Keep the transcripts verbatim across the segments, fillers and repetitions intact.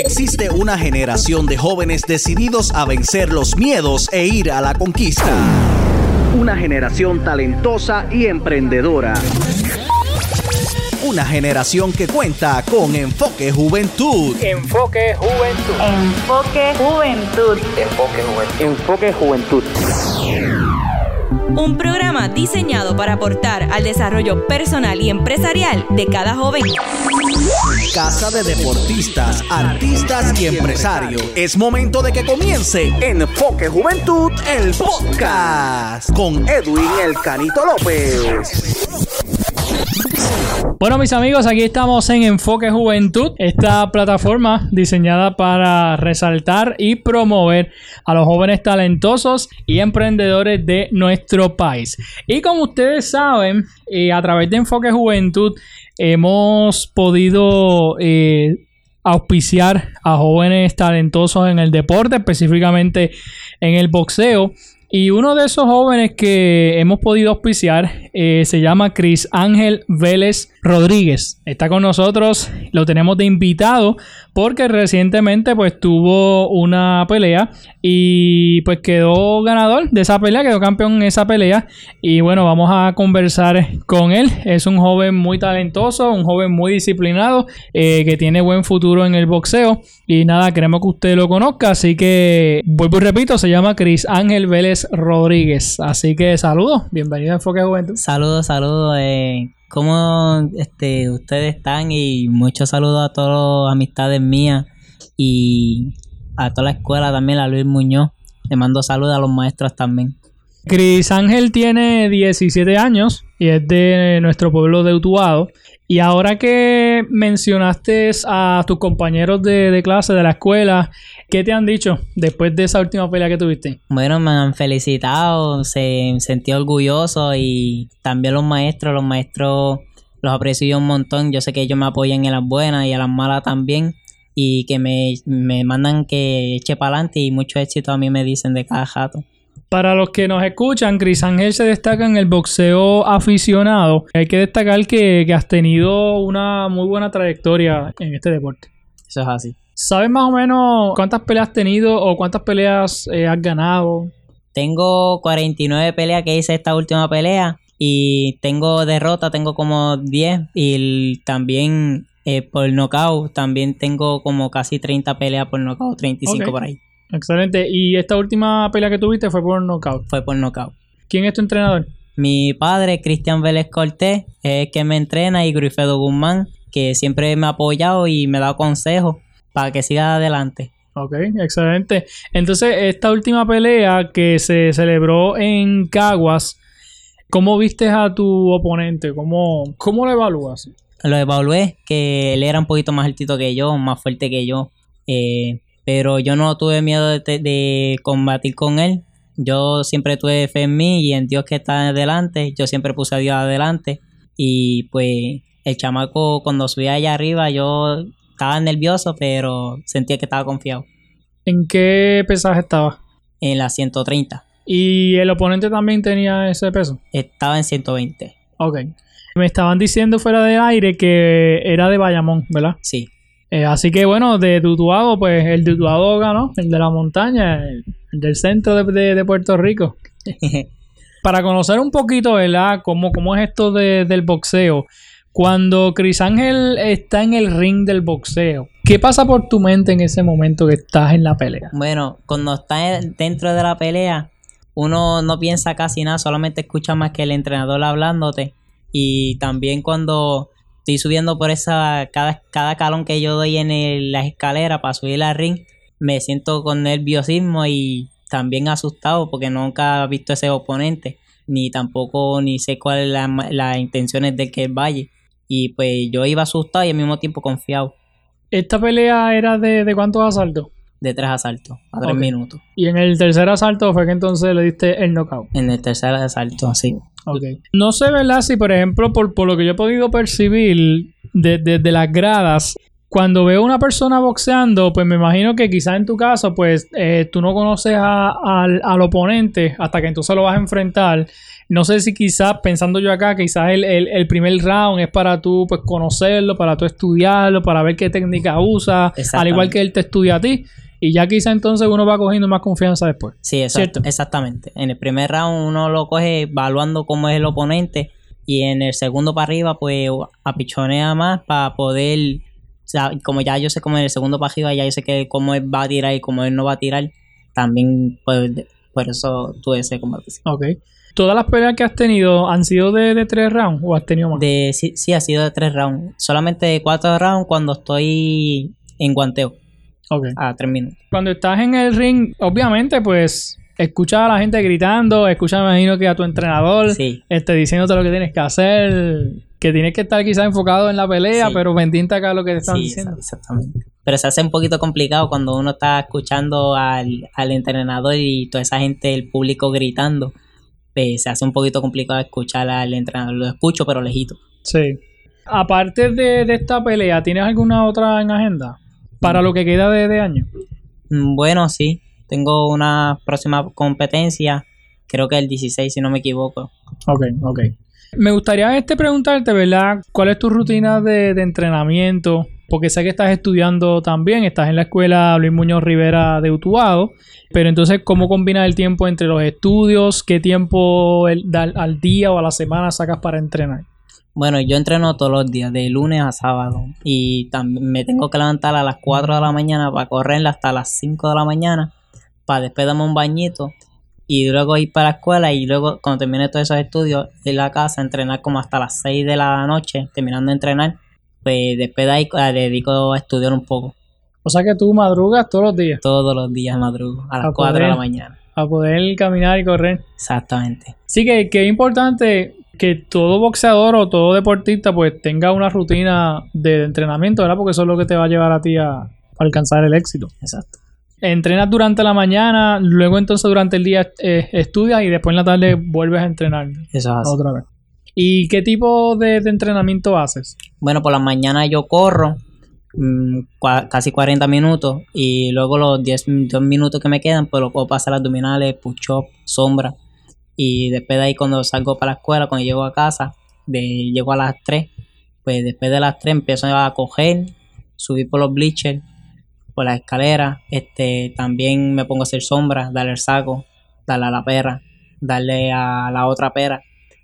Existe una generación de jóvenes decididos a vencer los miedos e ir a la conquista. Una generación talentosa y emprendedora. Una generación que cuenta con Enfoque Juventud. Enfoque Juventud. Enfoque Juventud. Enfoque Juventud. Enfoque Juventud. Un programa diseñado para aportar al desarrollo personal y empresarial de cada joven. Casa de deportistas, artistas y empresarios. Es momento de que comience Enfoque Juventud, el podcast, con Edwin El Canito López. Bueno, mis amigos, aquí estamos en Enfoque Juventud, esta plataforma diseñada para resaltar y promover a los jóvenes talentosos y emprendedores de nuestro país. Y como ustedes saben, eh, a través de Enfoque Juventud hemos podido eh, auspiciar a jóvenes talentosos en el deporte, específicamente en el boxeo. Y uno de esos jóvenes que hemos podido auspiciar eh, se llama Chris Ángel Vélez Rodríguez. Está con nosotros, lo tenemos de invitado porque recientemente pues tuvo una pelea y pues quedó ganador de esa pelea, quedó campeón en esa pelea. Y bueno, vamos a conversar con él. Es un joven muy talentoso, un joven muy disciplinado, eh, que tiene buen futuro en el boxeo. Y nada, queremos que usted lo conozca, así que vuelvo y repito, se llama Chris Ángel Vélez Rodríguez. Así que saludos, bienvenido a Enfoque Juventud. Saludos, saludos. Eh, ¿Cómo este, ustedes están? Y muchos saludos a todas las amistades mías y a toda la escuela también, a Luis Muñoz. Le mando saludos a los maestros también. Chris Ángel tiene diecisiete años y es de nuestro pueblo de Utuado. Y ahora que mencionaste a tus compañeros de, de clase de la escuela, ¿qué te han dicho después de esa última pelea que tuviste? Bueno, me han felicitado, se sentí orgulloso y también los maestros, los maestros los aprecio un montón. Yo sé que ellos me apoyan en las buenas y en las malas también y que me, me mandan que eche para adelante y mucho éxito a mí me dicen de cada jato. Para los que nos escuchan, Chris Ángel se destaca en el boxeo aficionado. Hay que destacar que, que has tenido una muy buena trayectoria en este deporte. Eso es así. ¿Sabes más o menos cuántas peleas has tenido o cuántas peleas eh, has ganado? Tengo cuarenta y nueve peleas que hice esta última pelea y tengo derrota, tengo como diez y también eh, por nocaut, también tengo como casi treinta peleas por nocaut, treinta y cinco okay. Por ahí. Excelente. ¿Y esta última pelea que tuviste fue por knockout? Fue por knockout. ¿Quién es tu entrenador? Mi padre, Cristian Vélez Cortés, es el que me entrena, y Grifedo Guzmán, que siempre me ha apoyado y me da consejos para que siga adelante. Ok, excelente. Entonces, esta última pelea que se celebró en Caguas, ¿cómo viste a tu oponente? ¿Cómo, cómo lo evalúas? Lo evalué, que él era un poquito más altito que yo, más fuerte que yo. Eh... Pero yo no tuve miedo de, de combatir con él. Yo siempre tuve fe en mí y en Dios que está adelante. Yo siempre puse a Dios adelante. Y pues el chamaco, cuando subía allá arriba, yo estaba nervioso, pero sentía que estaba confiado. ¿En qué pesaje estaba? En la ciento treinta. ¿Y el oponente también tenía ese peso? Estaba en ciento veinte. Ok. Me estaban diciendo fuera de aire que era de Bayamón, ¿verdad? Sí. Eh, así que bueno, de Utuado, pues el de Utuado ganó, el de la montaña, el, el del centro de, de, de Puerto Rico. Para conocer un poquito, ¿verdad? Cómo, cómo es esto de, del boxeo. Cuando Chris Ángel está en el ring del boxeo, ¿qué pasa por tu mente en ese momento que estás en la pelea? Bueno, cuando estás dentro de la pelea, uno no piensa casi nada, solamente escucha más que el entrenador hablándote. Y también cuando estoy subiendo por esa, cada, cada calón que yo doy en el, la escalera para subir al ring, me siento con nerviosismo y también asustado porque nunca he visto ese oponente, ni tampoco ni sé cuáles son las la intenciones del que vaya. Y pues yo iba asustado y al mismo tiempo confiado. ¿Esta pelea era de, de cuántos asaltos? De tres asaltos, a tres okay. minutos. ¿Y en el tercer asalto fue que entonces le diste el knockout? En el tercer asalto, sí. Okay. No sé, ¿verdad? Si por ejemplo, por, por lo que yo he podido percibir desde de, de las gradas, Cuando veo una persona boxeando, pues me imagino que quizás en tu caso, pues eh, tú no conoces a, a, al oponente hasta que entonces lo vas a enfrentar. No sé si quizás, pensando yo acá, quizás el, el, el primer round es para tú pues conocerlo, para tú estudiarlo, para ver qué técnica usa, al igual que él te estudia a ti. Y ya quizás entonces uno va cogiendo más confianza después. Sí, exacto, exactamente. En el primer round uno lo coge evaluando cómo es el oponente y en el segundo para arriba pues apichonea más para poder... O sea, como ya yo sé cómo en el segundo para arriba, ya yo sé que cómo él va a tirar y cómo él no va a tirar, también pues, por eso tuve ese combate. Ok. ¿Todas las peleas que has tenido han sido de, de tres rounds o has tenido más? De, sí, sí, ha sido de tres rounds. Solamente de cuatro rounds cuando estoy en guanteo. Ok. A tres minutos. Cuando estás en el ring, obviamente, pues... escuchas a la gente gritando, escuchas, me imagino que a tu entrenador sí. este, diciéndote lo que tienes que hacer, que tienes que estar quizás enfocado en la pelea, sí. pero pendiente acá a lo que te están sí, diciendo. Exactamente. Pero se hace un poquito complicado cuando uno está escuchando al, al entrenador y toda esa gente, el público gritando. Pues se hace un poquito complicado escuchar al entrenador. Lo escucho, pero lejito. Sí. Aparte de, de esta pelea, ¿tienes alguna otra en agenda para lo que queda de, de año? Bueno, sí. Tengo una próxima competencia, creo que el dieciséis, si no me equivoco. Ok, ok. Me gustaría este preguntarte, ¿verdad? ¿Cuál es tu rutina de, de entrenamiento? Porque sé que estás estudiando también, estás en la escuela Luis Muñoz Rivera de Utuado, pero entonces, ¿cómo combinas el tiempo entre los estudios? ¿Qué tiempo el, da, al día o a la semana sacas para entrenar? Bueno, yo entreno todos los días, de lunes a sábado, y también me tengo que levantar a las cuatro de la mañana para correr hasta las cinco de la mañana, para después darme un bañito y luego ir para la escuela y luego cuando termine todos esos estudios ir a la casa, entrenar como hasta las seis de la noche, terminando de entrenar, pues después de ahí eh, dedico a estudiar un poco. O sea que tú madrugas todos los días. Todos los días madrugo, a las cuatro de la mañana. A poder caminar y correr. Exactamente. Sí, que, que es importante que todo boxeador o todo deportista pues tenga una rutina de entrenamiento, ¿verdad? Porque eso es lo que te va a llevar a ti a, a alcanzar el éxito. Exacto. Entrenas durante la mañana, luego entonces durante el día eh, estudias y después en la tarde vuelves a entrenar. Eso es así. Otra vez. ¿Y qué tipo de, de entrenamiento haces? Bueno, por la mañana yo corro mmm, cua- casi cuarenta minutos y luego los diez, diez minutos que me quedan pues lo puedo pasar abdominales, push-up, sombra y después de ahí cuando salgo para la escuela, cuando llego a casa, de, llego a las tres, pues después de las tres empiezo a coger, subir por los bleachers, por la escalera, este, también me pongo a hacer sombra, darle el saco, darle a la pera, darle a la otra pera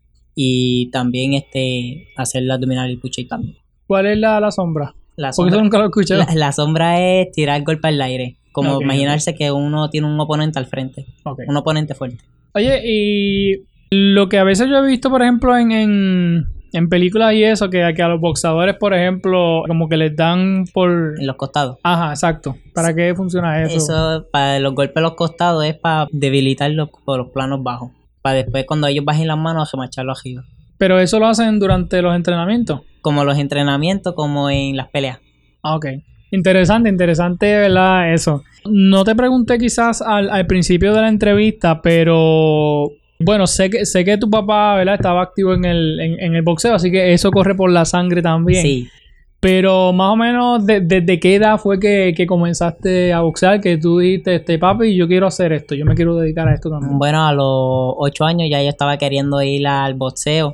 y también este, hacer la abdominal y push-up también. ¿Cuál es la, la sombra? La Porque sombra, eso nunca lo escuché. la, la sombra es tirar golpe al aire, como Okay, imaginarse okay. que uno tiene un oponente al frente, Okay. un oponente fuerte. Oye, y lo que a veces yo he visto, por ejemplo, en... en... en películas y eso, que, que a los boxeadores, por ejemplo, como que les dan por... En los costados. Ajá, exacto. ¿Para qué funciona eso? Eso, para los golpes a los costados, es para debilitarlos por los planos bajos. Para después, cuando ellos bajen las manos, remacharlos arriba. Pero eso lo hacen durante los entrenamientos. Como los entrenamientos, como en las peleas. Ah, ok. Interesante, interesante, ¿verdad? Eso. No te pregunté quizás al, al principio de la entrevista, pero... Bueno, sé que sé que tu papá, ¿verdad? Estaba activo en el, en, en el boxeo, así que eso corre por la sangre también. Sí. Pero más o menos, ¿desde de, de qué edad fue que, que comenzaste a boxear? Que tú dijiste, este papi, yo quiero hacer esto, yo me quiero dedicar a esto también. Bueno, a los ocho años ya yo estaba queriendo ir al boxeo.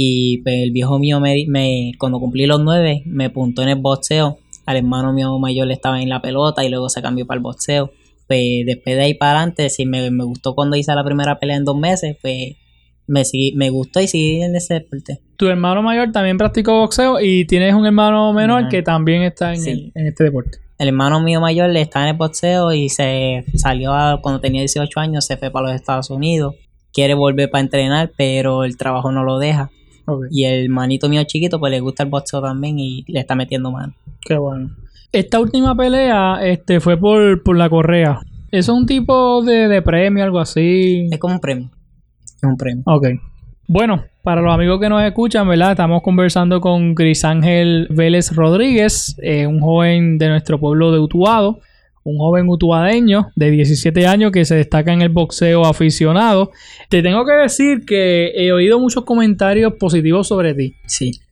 Y pues, el viejo mío, me, me cuando cumplí los nueve, me apuntó en el boxeo. Al hermano mío mayor le estaba en la pelota y luego se cambió para el boxeo. Pues después de ahí para adelante, si me, me gustó cuando hice la primera pelea en dos meses, pues me, seguí, me gustó y seguí en ese deporte. Tu hermano mayor también practicó boxeo y tienes un hermano menor Ajá. que también está en, Sí. el, en este deporte. El hermano mío mayor está en el boxeo y se salió a, cuando tenía dieciocho años, se fue para los Estados Unidos. Quiere volver para entrenar, pero el trabajo no lo deja. Okay. Y el manito mío chiquito, pues le gusta el boxeo también y le está metiendo mano. Qué bueno. Esta última pelea este, fue por, por la correa. ¿Eso es un tipo de, de premio, algo así? Es como un premio. Es un premio. Ok. Bueno, para los amigos que nos escuchan, ¿verdad? Estamos conversando con Crisángel Vélez Rodríguez, eh, un joven de nuestro pueblo de Utuado, un joven utuadeño de diecisiete años que se destaca en el boxeo aficionado. Te tengo que decir que he oído muchos comentarios positivos sobre ti. Sí.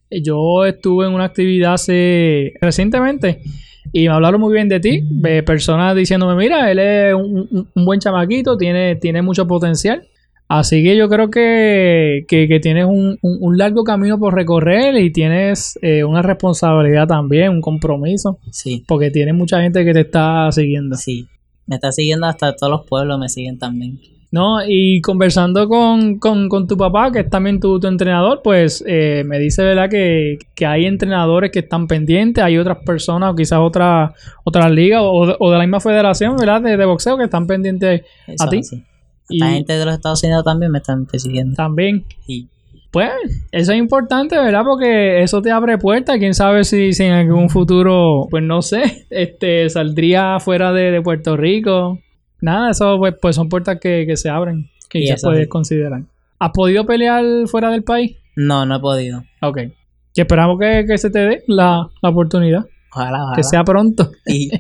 yo estuve en una actividad hace recientemente y me hablaron muy bien de ti, de personas diciéndome, mira, él es un, un, un buen chamaquito, tiene, tiene mucho potencial. Así que yo creo que, que, que tienes un, un, un largo camino por recorrer y tienes eh, una responsabilidad también, un compromiso. Sí. Porque tienes mucha gente que te está siguiendo. Sí. Me está siguiendo hasta todos los pueblos, me siguen también. No, y conversando con, con, con tu papá, que es también tu, tu entrenador, pues eh, me dice, ¿verdad? Que, que hay entrenadores que están pendientes, hay otras personas o quizás otras otras ligas o, o de la misma federación, ¿verdad? De, de boxeo que están pendientes Eso, a ti. Sí. La gente de los Estados Unidos también me están persiguiendo. También. Sí. Pues eso es importante, ¿verdad? Porque eso te abre puertas. Quién sabe si, si en algún futuro, pues no sé, este saldría fuera de, de Puerto Rico. Nada, eso pues, pues son puertas que, que se abren, que Y ya eso puedes sí. considerar. ¿Has podido pelear fuera del país? No, no he podido. Ok. Que esperamos que, que se te dé la, la oportunidad. Ojalá, ojalá. Que sea pronto. Sí.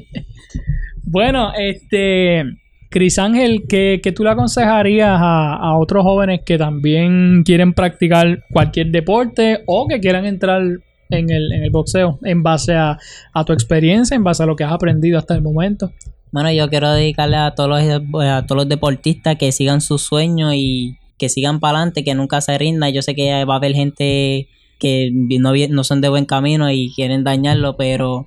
Bueno, este... Cris Ángel, ¿qué, qué tú le aconsejarías a, a otros jóvenes que también quieren practicar cualquier deporte o que quieran entrar en el, en el boxeo en base a, a tu experiencia, en base a lo que has aprendido hasta el momento? Bueno, yo quiero dedicarle a todos los, a todos los deportistas que sigan sus sueños y que sigan para adelante, que nunca se rindan. Yo sé que va a haber gente que no, no son de buen camino y quieren dañarlo, pero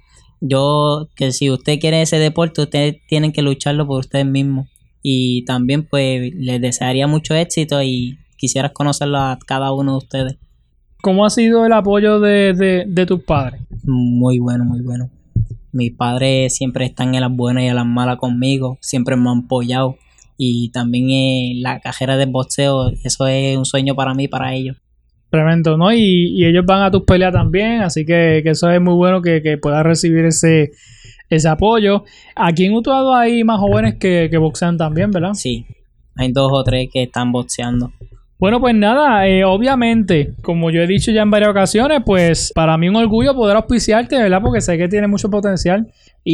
yo, que si usted quiere ese deporte, ustedes tienen que lucharlo por ustedes mismos. Y también, pues, les desearía mucho éxito y quisiera conocerlo a cada uno de ustedes. ¿Cómo ha sido el apoyo de, de, de tus padres? Muy bueno, muy bueno. Mis padres siempre están en las buenas y en las malas conmigo, siempre me han apoyado. Y también eh, la carrera de boxeo, eso es un sueño para mí y para ellos. Tremendo, ¿no? Y, y ellos van a tus peleas también, así que, que eso es muy bueno que, que puedas recibir ese, ese apoyo. Aquí en Utuado hay más jóvenes que, que boxean también, ¿verdad? Sí, hay dos o tres que están boxeando. Bueno, pues nada, eh, obviamente, como yo he dicho ya en varias ocasiones, pues para mí un orgullo poder auspiciarte, ¿verdad? Porque sé que tiene mucho potencial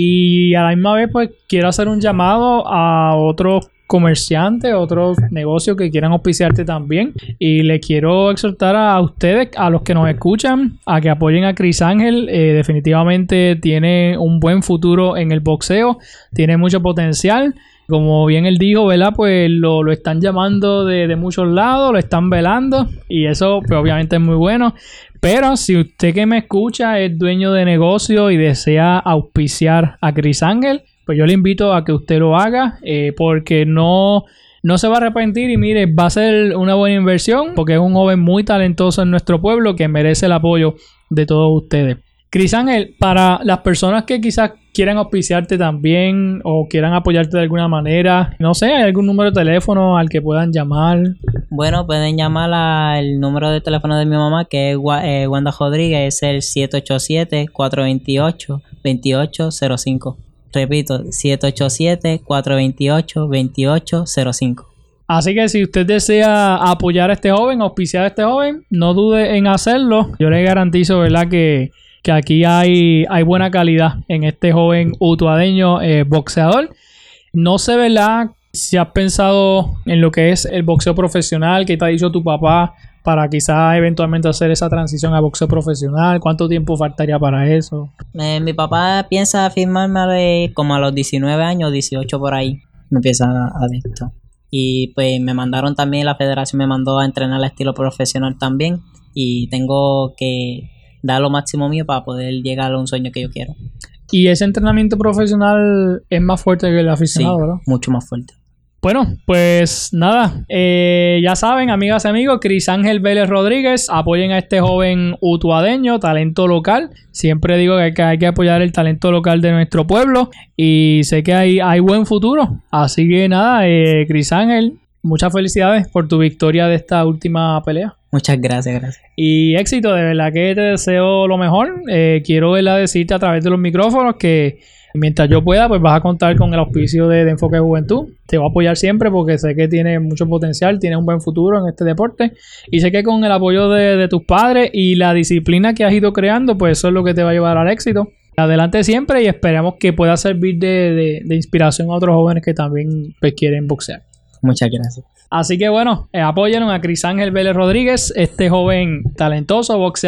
y a la misma vez pues quiero hacer un llamado a otros comerciantes, otros negocios que quieran auspiciarte también y le quiero exhortar a ustedes, a los que nos escuchan, a que apoyen a Cris Ángel. Eh, definitivamente tiene un buen futuro en el boxeo, tiene mucho potencial. Como bien él dijo, ¿verdad? Pues lo, lo están llamando de, de muchos lados, lo están velando y eso pues obviamente es muy bueno. Pero si usted que me escucha es dueño de negocio y desea auspiciar a Cris Ángel, pues yo le invito a que usted lo haga eh, porque no, no se va a arrepentir y mire, va a ser una buena inversión porque es un joven muy talentoso en nuestro pueblo que merece el apoyo de todos ustedes. Cris Ángel, para las personas que quizás quieran auspiciarte también o quieran apoyarte de alguna manera, no sé, ¿hay algún número de teléfono al que puedan llamar? Bueno, pueden llamar al número de teléfono de mi mamá, que es eh, Wanda Rodríguez, es el siete ocho siete, cuatro dos ocho, dos ocho cero cinco. Repito, siete ocho siete, cuatro dos ocho, dos ocho cero cinco. Así que si usted desea apoyar a este joven, auspiciar a este joven, no dude en hacerlo. Yo le garantizo, ¿verdad?, que, que aquí hay, hay buena calidad en este joven utuadeño eh, boxeador. No sé, ¿verdad?, si has pensado en lo que es el boxeo profesional, que te ha dicho tu papá para quizás eventualmente hacer esa transición a boxeo profesional. ¿Cuánto tiempo faltaría para eso? Eh, mi papá piensa firmarme a de, como a los diecinueve años, dieciocho por ahí. Me empieza a, a de esto. Y pues me mandaron también, la federación me mandó a entrenar al estilo profesional también. Y tengo que dar lo máximo mío para poder llegar a un sueño que yo quiero. Y ese entrenamiento profesional es más fuerte que el aficionado, Sí, ¿verdad? mucho más fuerte. Bueno, pues nada, eh, ya saben, amigas y amigos, Cris Ángel Vélez Rodríguez, apoyen a este joven utuadeño, talento local. Siempre digo que hay, que hay que apoyar el talento local de nuestro pueblo y sé que hay, hay buen futuro. Así que nada, eh, Cris Ángel, muchas felicidades por tu victoria de esta última pelea. Muchas gracias, gracias. Y éxito, de verdad que te deseo lo mejor. Eh, quiero ¿verdad? decirte a través de los micrófonos que mientras yo pueda, pues vas a contar con el auspicio de, de Enfoque Juventud. Te voy a apoyar siempre porque sé que tienes mucho potencial, tienes un buen futuro en este deporte. Y sé que con el apoyo de, de tus padres y la disciplina que has ido creando, pues eso es lo que te va a llevar al éxito. Adelante siempre y esperemos que pueda servir de, de, de inspiración a otros jóvenes que también pues, quieren boxear. Muchas gracias. Así que bueno, eh, apóyenlo a Cris Ángel Vélez Rodríguez, este joven talentoso boxeador.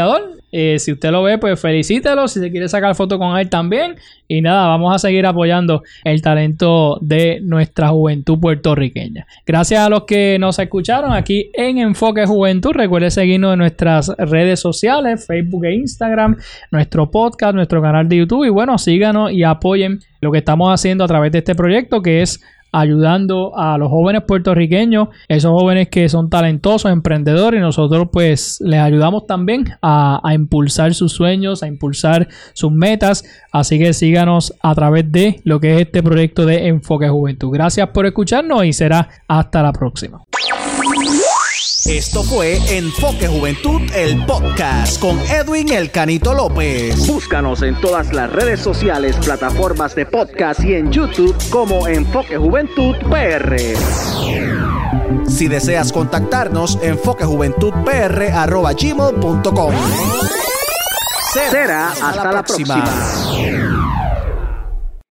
Eh, si usted lo ve, pues felicítelo. Si se quiere sacar foto con él también. Y nada, vamos a seguir apoyando el talento de nuestra juventud puertorriqueña. Gracias a los que nos escucharon aquí en Enfoque Juventud. Recuerde seguirnos en nuestras redes sociales, Facebook e Instagram, nuestro podcast, nuestro canal de YouTube. Y bueno, síganos y apoyen lo que estamos haciendo a través de este proyecto, que es ayudando a los jóvenes puertorriqueños, esos jóvenes que son talentosos, emprendedores, y nosotros pues les ayudamos también a, a impulsar sus sueños, a impulsar sus metas. Así que síganos a través de lo que es este proyecto de Enfoque Juventud. Gracias por escucharnos y será hasta la próxima. Esto fue Enfoque Juventud, el podcast con Edwin El Canito López. Búscanos en todas las redes sociales, plataformas de podcast y en YouTube como Enfoque Juventud P R. Si deseas contactarnos, enfoquejuventudpr arroba gmail punto com. Será hasta, hasta la próxima. próxima.